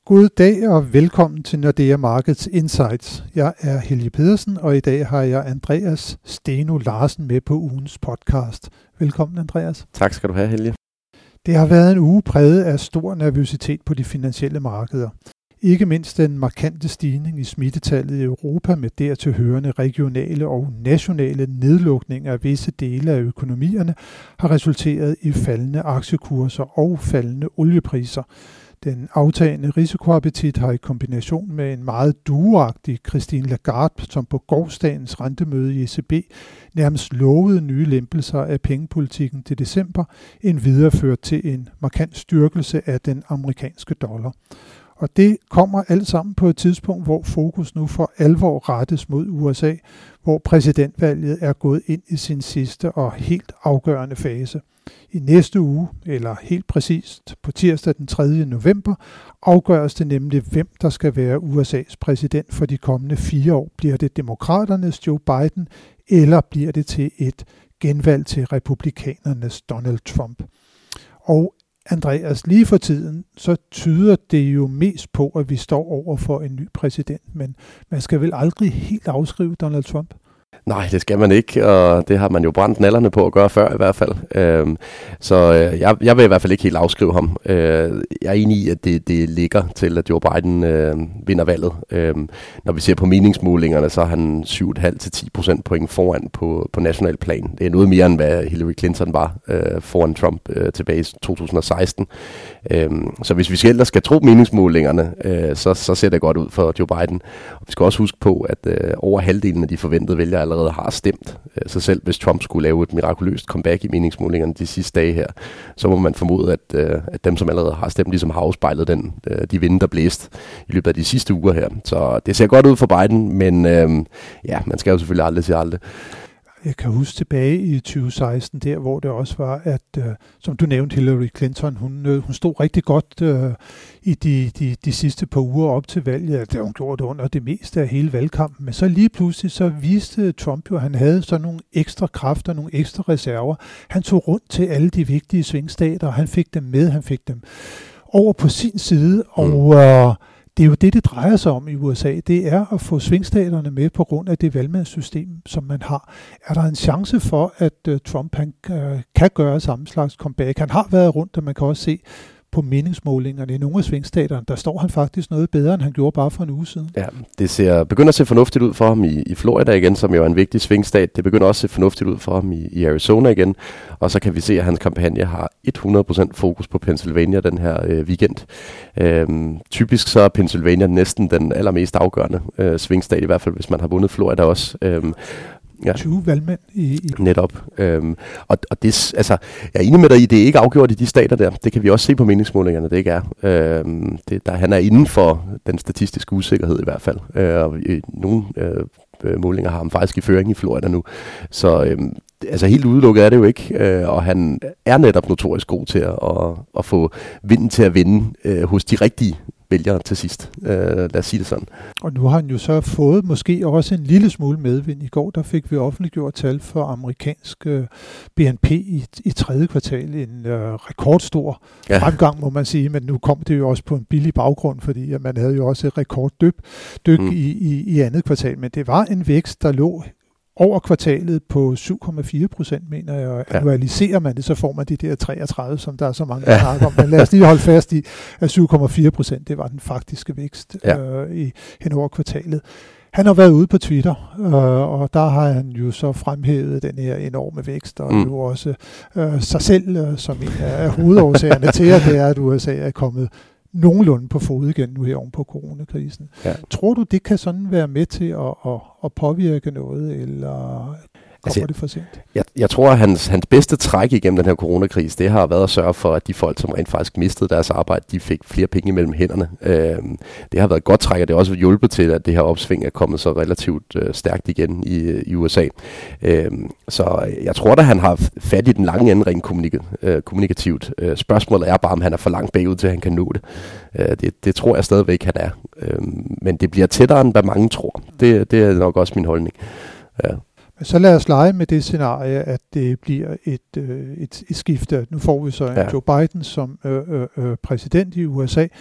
God dag og velkommen til Nordea Markets Insights. Jeg er Helge Pedersen, og i dag har jeg Andreas Steno Larsen med på ugens podcast. Velkommen, Andreas. Tak skal du have, Helge. Det har været en uge præget af stor nervøsitet på de finansielle markeder. Ikke mindst den markante stigning i smittetallet i Europa med dertil hørende regionale og nationale nedlukninger af visse dele af økonomierne har resulteret i faldende aktiekurser og faldende oliepriser. Den aftagende risikoappetit har i kombination med en meget dueagtig Christine Lagarde, som på gårsdagens rentemøde i ECB nærmest lovede nye lempelser af pengepolitikken til december, endvidere ført til en markant styrkelse af den amerikanske dollar. Og det kommer alt sammen på et tidspunkt, hvor fokus nu for alvor rettes mod USA, hvor præsidentvalget er gået ind i sin sidste og helt afgørende fase. I næste uge, eller helt præcist på tirsdag den 3. november, afgøres det nemlig, hvem der skal være USA's præsident for de kommende 4 år. Bliver det demokraternes Joe Biden, eller bliver det til et genvalg til republikanernes Donald Trump? Og Andreas, lige for tiden, så tyder det jo mest på, at vi står over for en ny præsident, men man skal vel aldrig helt afskrive Donald Trump? Nej, det skal man ikke, og det har man jo brændt nallerne på at gøre før i hvert fald. Jeg vil i hvert fald ikke helt afskrive ham. Jeg er enig i, at det ligger til, at Joe Biden vinder valget. Når vi ser på meningsmålingerne, så er han 7,5-10% point foran på national plan. Det er noget mere, end hvad Hillary Clinton var foran Trump tilbage i 2016. Så hvis vi ellers skal tro meningsmålingerne, så ser det godt ud for Joe Biden. Og vi skal også huske på, at over halvdelen af de forventede vælgere allerede har stemt. Så selv hvis Trump skulle lave et mirakuløst comeback i meningsmålingerne de sidste dage her, så må man formode, at dem, som allerede har stemt, ligesom har afspejlet de vinde, der blæst i løbet af de sidste uger her. Så det ser godt ud for Biden, men man skal jo selvfølgelig aldrig sige aldrig. Jeg kan huske tilbage i 2016, der hvor det også var, at som du nævnte, Hillary Clinton, hun stod rigtig godt i de sidste par uger op til valget, at hun gjorde det under det meste af hele valgkampen. Men så lige pludselig så viste Trump jo, at han havde sådan nogle ekstra kræfter, nogle ekstra reserver. Han tog rundt til alle de vigtige svingstater, og han fik dem med, han fik dem over på sin side, og det er jo det drejer sig om i USA. Det er at få svingstaterne med på grund af det valgmandssystem, som man har. Er der en chance for, at Trump han kan gøre samme slags comeback? Han har været rundt, og man kan også se på meningsmålingerne i nogle af svingstaterne, der står han faktisk noget bedre, end han gjorde bare for en uge siden. Ja, det begynder at se fornuftigt ud for ham i Florida igen, som jo er en vigtig svingstat. Det begynder også at se fornuftigt ud for ham i Arizona igen. Og så kan vi se, at hans kampagne har 100% fokus på Pennsylvania den her weekend. Typisk så er Pennsylvania næsten den allermest afgørende svingstat, i hvert fald hvis man har vundet Florida også. 20 valgmænd i. Netop. Og det, altså, jeg er enig med dig i, det er ikke afgjort i de stater der. Det kan vi også se på meningsmålingerne, det ikke er. Han er inden for den statistiske usikkerhed i hvert fald. Og i nogle målinger har han faktisk i føring i Florida nu. Så helt udelukket er det jo ikke. Og han er netop notorisk god til at få vinden til at vinde hos de rigtige vælgere til sidst. Lad os sige det sådan. Og nu har han jo så fået måske også en lille smule medvind. I går der fik vi offentliggjort tal for amerikansk BNP i 3. kvartal. En rekordstor fremgang, må man sige, men nu kom det jo også på en billig baggrund, fordi at man havde jo også et rekorddyk i 2. kvartal. Men det var en vækst, der lå over kvartalet på 7,4%, mener jeg, og annualiserer man det, så får man de der 33, som der er så mange, der snakker om. Men lad os lige holde fast i, at 7,4%, det var den faktiske vækst hen over kvartalet. Han har været ude på Twitter, og der har han jo så fremhævet den her enorme vækst, og jo også sig selv som en af hovedårsagerne til, at det er, at USA er kommet nogenlunde på fod igen nu her oven på coronakrisen. Ja. Tror du, det kan sådan være med til at påvirke noget, eller kommer det for sent? Jeg tror, at hans bedste træk igennem den her coronakrise, det har været at sørge for, at de folk, som rent faktisk mistede deres arbejde, de fik flere penge mellem hænderne. Det har været et godt træk, og det har også hjulpet til, at det her opsving er kommet så relativt stærkt igen i USA. Så jeg tror da, han har fat i den lange ende rent kommunikativt. Spørgsmålet er bare, om han er for langt bagud til, at han kan nå det. Det tror jeg stadigvæk, han er. Men det bliver tættere, end hvad mange tror. Det er nok også min holdning. Ja. Så lad os lege med det scenarie, at det bliver et skifte. Nu får vi så Joe Biden som præsident i USA.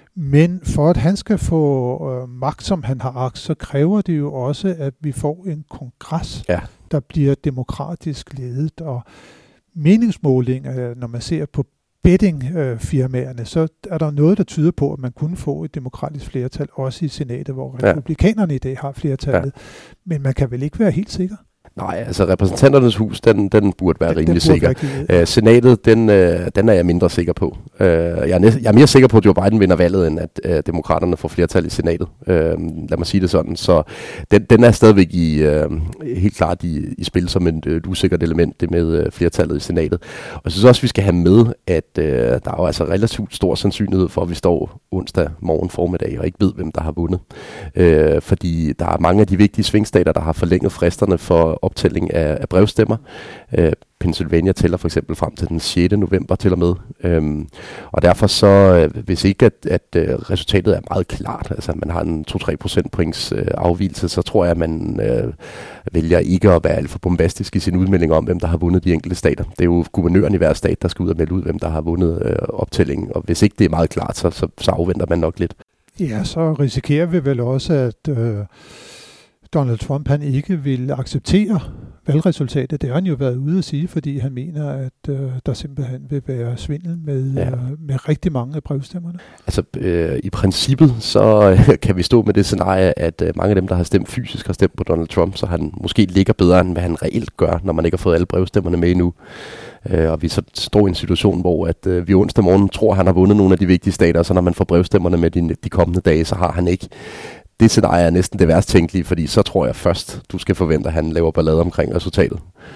Men for at han skal få magt, som han har agt, så kræver det jo også, at vi får en kongres, der bliver demokratisk ledet. Og meningsmålinger, når man ser på bettingfirmaerne, så er der noget, der tyder på, at man kunne få et demokratisk flertal, også i senatet, hvor republikanerne i dag har flertallet. Ja. Men man kan vel ikke være helt sikker? Nej, altså repræsentanternes hus, den burde være rimelig sikker. Senatet, den er jeg mindre sikker på. Jeg er mere sikker på, at Joe Biden vinder valget, end at demokraterne får flertal i senatet. Lad mig sige det sådan. Så den er stadigvæk helt klart i spil som et usikkert element, det med flertallet i senatet. Og jeg synes også, vi skal have med, at der er jo altså relativt stor sandsynlighed for, at vi står onsdag morgen formiddag og ikke ved, hvem der har vundet. Fordi der er mange af de vigtige svingstater, der har forlænget fristerne for optælling af brevstemmer. Pennsylvania tæller for eksempel frem til den 6. november til og med. Og derfor så, hvis ikke at resultatet er meget klart, altså man har en 2-3 procentpoints afvigelse, så tror jeg, at man vælger ikke at være alt for bombastisk i sin udmelding om, hvem der har vundet de enkelte stater. Det er jo guvernøren i hver stat, der skal ud og melde ud, hvem der har vundet optællingen. Og hvis ikke det er meget klart, så afventer man nok lidt. Ja, så risikerer vi vel også, at Donald Trump han ikke vil acceptere valgresultatet. Det har han jo været ude at sige, fordi han mener, at der simpelthen vil være svindel med rigtig mange af brevstemmerne. Altså i princippet så kan vi stå med det scenarie, at mange af dem, der har stemt fysisk, har stemt på Donald Trump, så han måske ligger bedre, end hvad han reelt gør, når man ikke har fået alle brevstemmerne med endnu. Og vi så står i en situation, hvor at vi onsdag morgen tror, at han har vundet nogle af de vigtige stater, og så når man får brevstemmerne med de kommende dage, så har han ikke. Det scenarie er næsten det værst tænkelige, fordi så tror jeg først, du skal forvente, at han laver ballade omkring resultatet.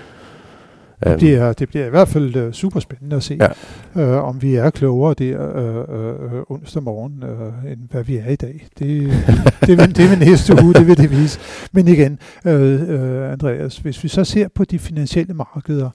Det bliver i hvert fald super spændende at se, om vi er klogere der onsdag morgen, end hvad vi er i dag. Det vil næste uge, det vil det vise. Men igen, Andreas, hvis vi så ser på de finansielle markeder,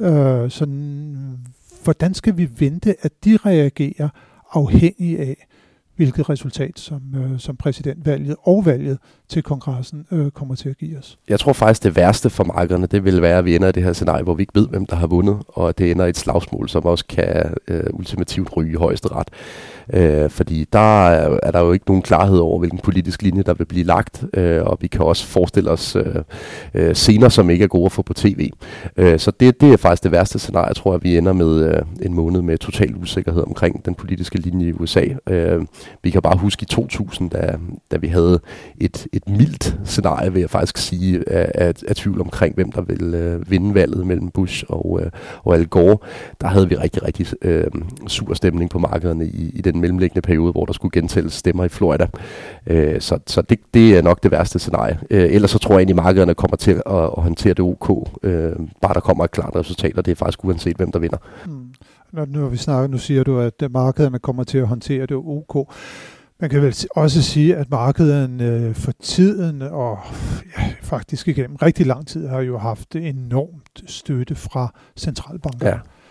hvordan skal vi vente, at de reagerer afhængig af, hvilket resultat som præsidentvalget og valget til kongressen kommer til at give os. Jeg tror faktisk, det værste for markederne, det vil være, at vi ender i det her scenarie, hvor vi ikke ved, hvem der har vundet, og det ender i et slagsmål, som også kan ultimativt ryge i højesteret. Fordi der er der jo ikke nogen klarhed over, hvilken politisk linje, der vil blive lagt, og vi kan også forestille os scener, som ikke er gode at få på tv. Så det er faktisk det værste scenarie, tror jeg, vi ender med en måned med total usikkerhed omkring den politiske linje i USA. Vi kan bare huske i 2000, da vi havde et mildt scenarie, vil jeg faktisk sige, af tvivl omkring, hvem der ville vinde valget mellem Bush og Al Gore. Der havde vi rigtig, rigtig sur stemning på markederne i den mellemliggende periode, hvor der skulle gentælles stemmer i Florida. Så det er nok det værste scenarie. Ellers så tror jeg egentlig, at markederne kommer til at håndtere det OK. Bare der kommer et klart resultat, og det er faktisk uanset, hvem der vinder. Når vi snakker, nu siger du, at markederne kommer til at håndtere det OK. Man kan vel også sige, at markederne for tiden, og faktisk igennem rigtig lang tid, har jo haft enormt støtte fra centralbanker.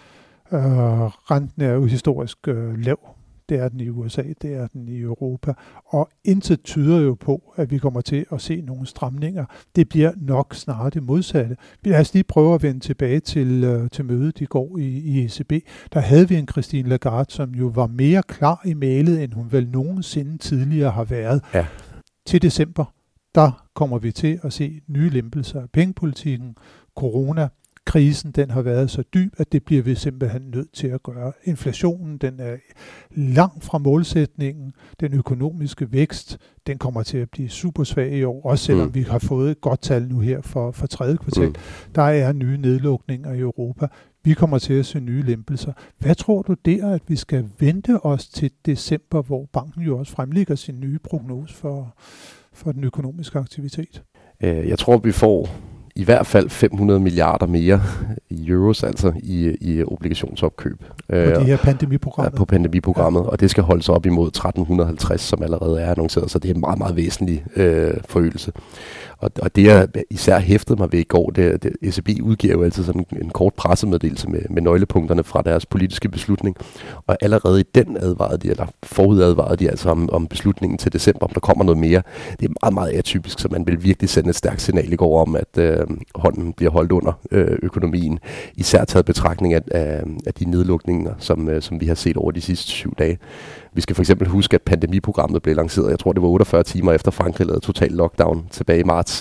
Renten er jo historisk lav. Det er den i USA, det er den i Europa. Og intet tyder jo på, at vi kommer til at se nogle stramninger. Det bliver nok snarere det modsatte. Lad os lige prøve at vende tilbage til mødet i går i ECB. Der havde vi en Christine Lagarde, som jo var mere klar i mailet, end hun vel nogensinde tidligere har været. Ja. Til december, der kommer vi til at se nye lempelser af pengepolitikken, corona. Krisen, den har været så dyb, at det bliver vi simpelthen nødt til at gøre. Inflationen, den er langt fra målsætningen. Den økonomiske vækst, den kommer til at blive super svag i år, også selvom vi har fået et godt tal nu her for tredje kvartal. Der er nye nedlukninger i Europa. Vi kommer til at se nye lempelser. Hvad tror du der, at vi skal vente os til december, hvor banken jo også fremlægger sin nye prognose for den økonomiske aktivitet? Jeg tror, vi får i hvert fald 500 milliarder mere i euros, altså i obligationsopkøb. På det her pandemiprogrammet? På pandemiprogrammet, og det skal holdes op imod 1350, som allerede er annonceret, så det er en meget, meget væsentlig forøgelse. Og det jeg især hæftede mig ved i går, ECB udgiver jo altid sådan en kort pressemeddelelse med nøglepunkterne fra deres politiske beslutning, og allerede i den forudadvarede de altså om beslutningen til december, om der kommer noget mere. Det er meget, meget atypisk, så man vil virkelig sende et stærkt signal i går om, at hånden bliver holdt under økonomien, især taget betragtning af de nedlukninger, som vi har set over de sidste 7 dage. Vi skal for eksempel huske, at pandemiprogrammet blev lanceret, jeg tror det var 48 timer efter Frankrig lavede total lockdown tilbage i marts.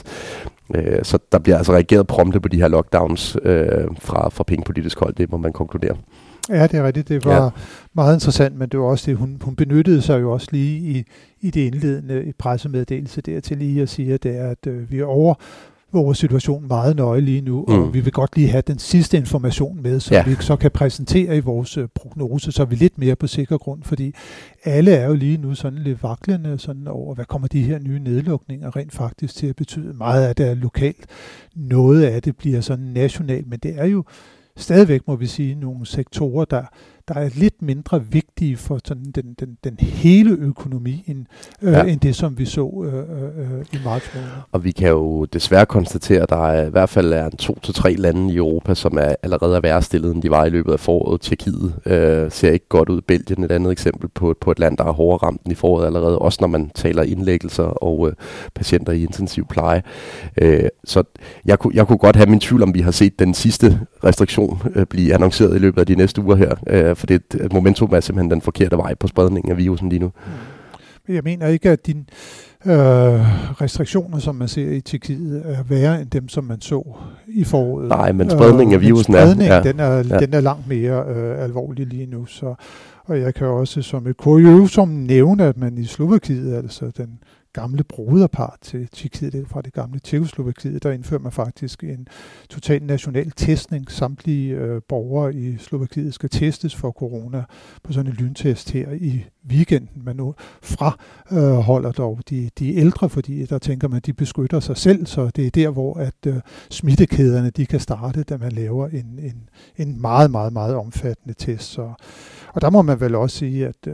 Så der bliver altså reageret prompte på de her lockdowns fra pengepolitisk hold, det må man konkludere. Ja, det er rigtigt. Det var meget interessant, men det var også det, hun benyttede sig jo også lige i det indledende pressemeddelelse dertil lige at sige, at det er, at vi overvåger situationen meget nøje lige nu, og vi vil godt lige have den sidste information med, så vi så kan præsentere i vores prognose, så er vi lidt mere på sikker grund, fordi alle er jo lige nu sådan lidt vaklende sådan over, hvad kommer de her nye nedlukninger rent faktisk til at betyde. Meget af det er lokalt, noget af det bliver sådan nationalt, men det er jo stadigvæk, må vi sige, nogle sektorer, der er lidt mindre vigtige for sådan den hele økonomi, end det, som vi så i marts måned. Og vi kan jo desværre konstatere, at der i hvert fald er 2 til 3 lande i Europa, som allerede er værre stillet, end de var i løbet af foråret. Tjekkiet ser ikke godt ud. Belgien et andet eksempel på et land, der er hårdere ramt end i foråret allerede, også når man taler indlæggelser og patienter i intensiv pleje. Så jeg kunne godt have min tvivl, om vi har set den sidste restriktion blive annonceret i løbet af de næste uger her, for det momentum er simpelthen den forkerte vej på spredningen af virusen lige nu. Jeg mener ikke, at de restriktioner, som man ser i Tjekkiet, er værre end dem, som man så i foråret. Nej, men spredningen af virusen den er langt mere alvorlig lige nu. Og jeg kan også som et kuriosum nævne, at man i Slovakiet, altså den gamle broderpart til Tjekkiet, fra det gamle Tjekkoslovakiet, der indfører man faktisk en total national testning. Samtlige borgere i Slovakiet skal testes for corona på sådan en lyntest her i weekenden. Man nu fraholder dog de ældre, fordi der tænker man, at de beskytter sig selv, så det er der, hvor at smittekæderne de kan starte, da man laver en meget, meget, meget omfattende test. Og der må man vel også sige, at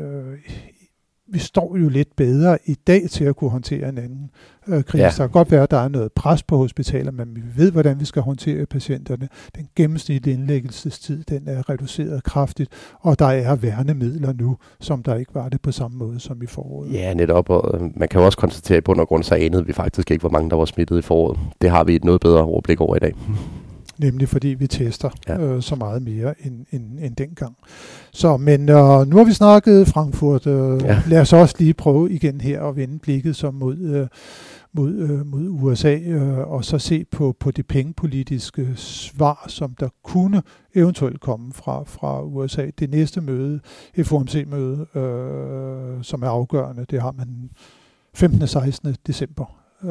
vi står jo lidt bedre i dag til at kunne håndtere en anden krise. Der kan godt være, at der er noget pres på hospitaler, men vi ved, hvordan vi skal håndtere patienterne. Den gennemsnitlige indlæggelsestid, den er reduceret kraftigt, og der er værnemidler nu, som der ikke var det på samme måde som i foråret. Ja, netop, og man kan jo også konstatere, at på grund af grund, så anede vi faktisk ikke, hvor mange der var smittet i foråret. Det har vi et noget bedre overblik over i dag. Nemlig fordi vi tester så meget mere end dengang. Så, men nu har vi snakket Frankfurt. Lad os også lige prøve igen her at vende blikket så mod USA, og så se på det pengepolitiske svar, som der kunne eventuelt komme fra USA. Det næste møde, FOMC-møde, som er afgørende, det har man 15. og 16. december.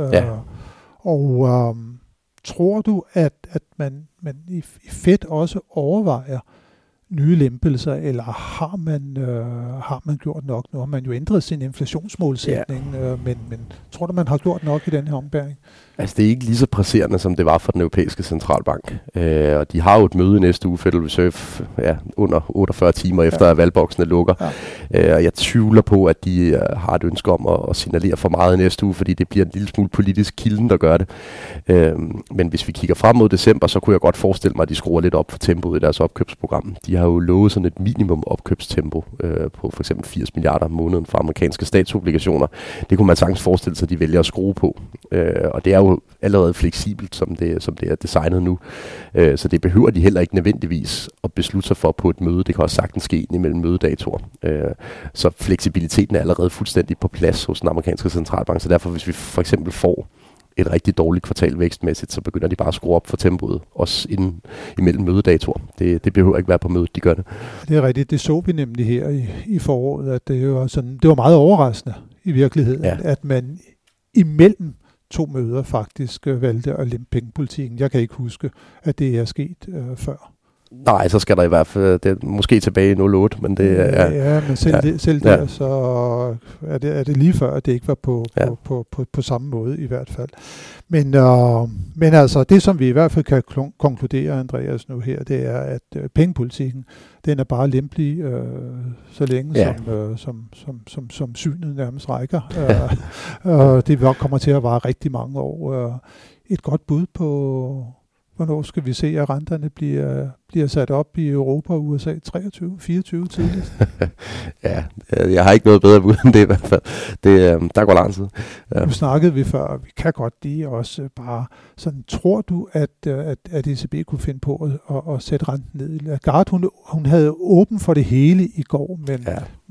Tror du, at man i Fed også overvejer nye lempelser, eller har man gjort nok? Nu har man jo ændret sin inflationsmålsætning, men tror du, man har gjort nok i den her ombæring? Altså, det er ikke lige så presserende, som det var for den europæiske centralbank. Og de har jo et møde i næste uge, Federal Reserve, under 48 timer efter, at valgboksene lukker. Og jeg tvivler på, at de har et ønske om at signalere for meget i næste uge, fordi det bliver en lille smule politisk kilden, der gør det. Men hvis vi kigger frem mod december, så kunne jeg godt forestille mig, at de skruer lidt op for tempoet i deres opkøbsprogram. De har jo lovet sådan et minimum opkøbstempo på for eksempel 80 milliarder om måneden for amerikanske statsobligationer. Det kunne man sagtens forestille sig, at de vælger at skrue på. Og det er jo allerede fleksibelt, som det er designet nu. Så det behøver de heller ikke nødvendigvis at beslutte sig for på et møde. Det kan også sagtens ske imellem mødedatoer. Så fleksibiliteten er allerede fuldstændig på plads hos den amerikanske centralbank. Så derfor, hvis vi for eksempel får et rigtig dårligt kvartal vækstmæssigt, så begynder de bare at skrue op for tempoet, også inden imellem mødedatoer. Det behøver ikke være på mødet, de gør det. Det er rigtigt. Det så vi nemlig her i foråret, at det var meget overraskende i virkeligheden, at man imellem 2 møder faktisk valgte at lempe pengepolitikken. Jeg kan ikke huske, at det er sket før. Nej, så skal der i hvert fald, det er måske tilbage i 08, men det er... Ja, men selv der, så er det lige før, at det ikke var på samme måde i hvert fald. Men altså, det som vi i hvert fald kan konkludere, Andreas, nu her, det er, at pengepolitikken, den er bare lempelig, så længe som synet nærmest rækker. Det kommer til at vare rigtig mange år. Et godt bud på Hvornår skal vi se, at renterne bliver sat op i Europa og USA? 23, 24 tidligst? Ja, jeg har ikke noget bedre bud end det i hvert fald. Der går lang tid. Ja. Nu snakkede vi før, og vi kan godt lige også bare sådan, tror du, at ECB kunne finde på at sætte renten ned? Lagarde, hun havde åben for det hele i går, men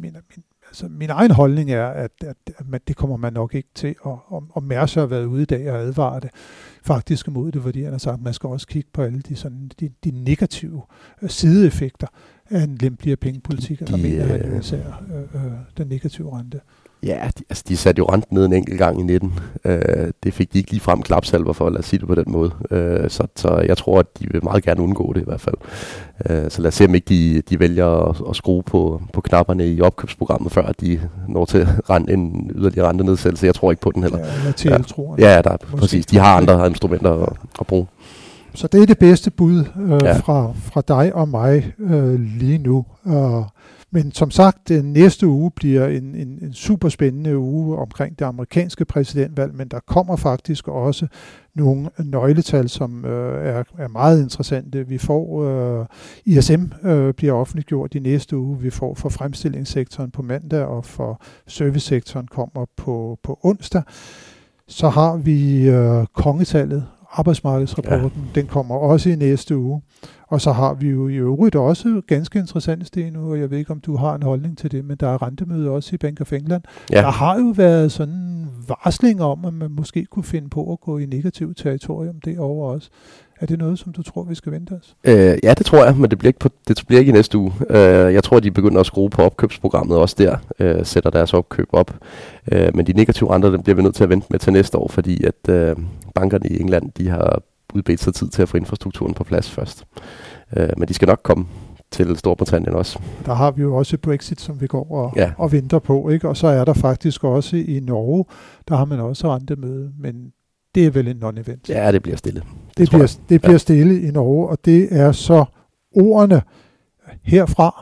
min egen holdning er, at det kommer man nok ikke til, og Mercer har været ude i dag og advare det faktisk imod det, fordi han har sagt, at man skal også kigge på alle de negative sideeffekter af en lempeligere pengepolitik, og der mener han jo især den negative rente. Ja, de satte jo renten ned en enkelt gang i 19. Det fik de ikke lige frem klapsalver for, lad os sige det på den måde. Så jeg tror, at de vil meget gerne undgå det i hvert fald. Så lad os se, om ikke de vælger at skrue på knapperne i opkøbsprogrammet, før de når til en yderligere rentenedsættelse. Jeg tror ikke på den heller. Ja, der præcis. De har andre instrumenter at bruge. Så det er det bedste bud fra dig og mig lige nu. Men som sagt, næste uge bliver en super spændende uge omkring det amerikanske præsidentvalg, men der kommer faktisk også nogle nøgletal, som er meget interessante. Vi får ISM bliver offentliggjort i næste uge. Vi får for fremstillingssektoren på mandag, og for servicesektoren kommer på onsdag. Så har vi kongetallet, arbejdsmarkedsrapporten, den kommer også i næste uge. Og så har vi jo i øvrigt også ganske interessant, Sten, og jeg ved ikke, om du har en holdning til det, men der er rentemøde også i Bank of England. Ja. Der har jo været sådan en varsling om, at man måske kunne finde på at gå i negativt territorium derovre også. Er det noget, som du tror, vi skal vente os? Ja, det tror jeg, men det bliver ikke i næste uge. Jeg tror, de begynder at skrue på opkøbsprogrammet også der, sætter deres opkøb op. Men de negative renter, dem bliver vi nødt til at vente med til næste år, fordi at bankerne i England, de har udbedt sig tid til at få infrastrukturen på plads først. Men de skal nok komme til Storbritannien også. Der har vi jo også Brexit, som vi går og venter på, ikke? Og så er der faktisk også i Norge, der har man også rentemøde, men det er vel en non-event. Ja, det bliver stille. Det bliver stille i Norge, og det er så ordene herfra.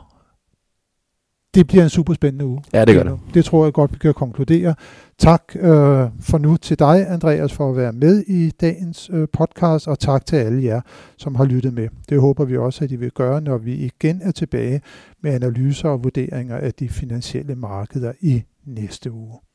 Det bliver en super spændende uge. Ja, det gør det. Det tror jeg godt, vi kan konkludere. Tak for nu til dig, Andreas, for at være med i dagens podcast, og tak til alle jer, som har lyttet med. Det håber vi også, at I vil gøre, når vi igen er tilbage med analyser og vurderinger af de finansielle markeder i næste uge.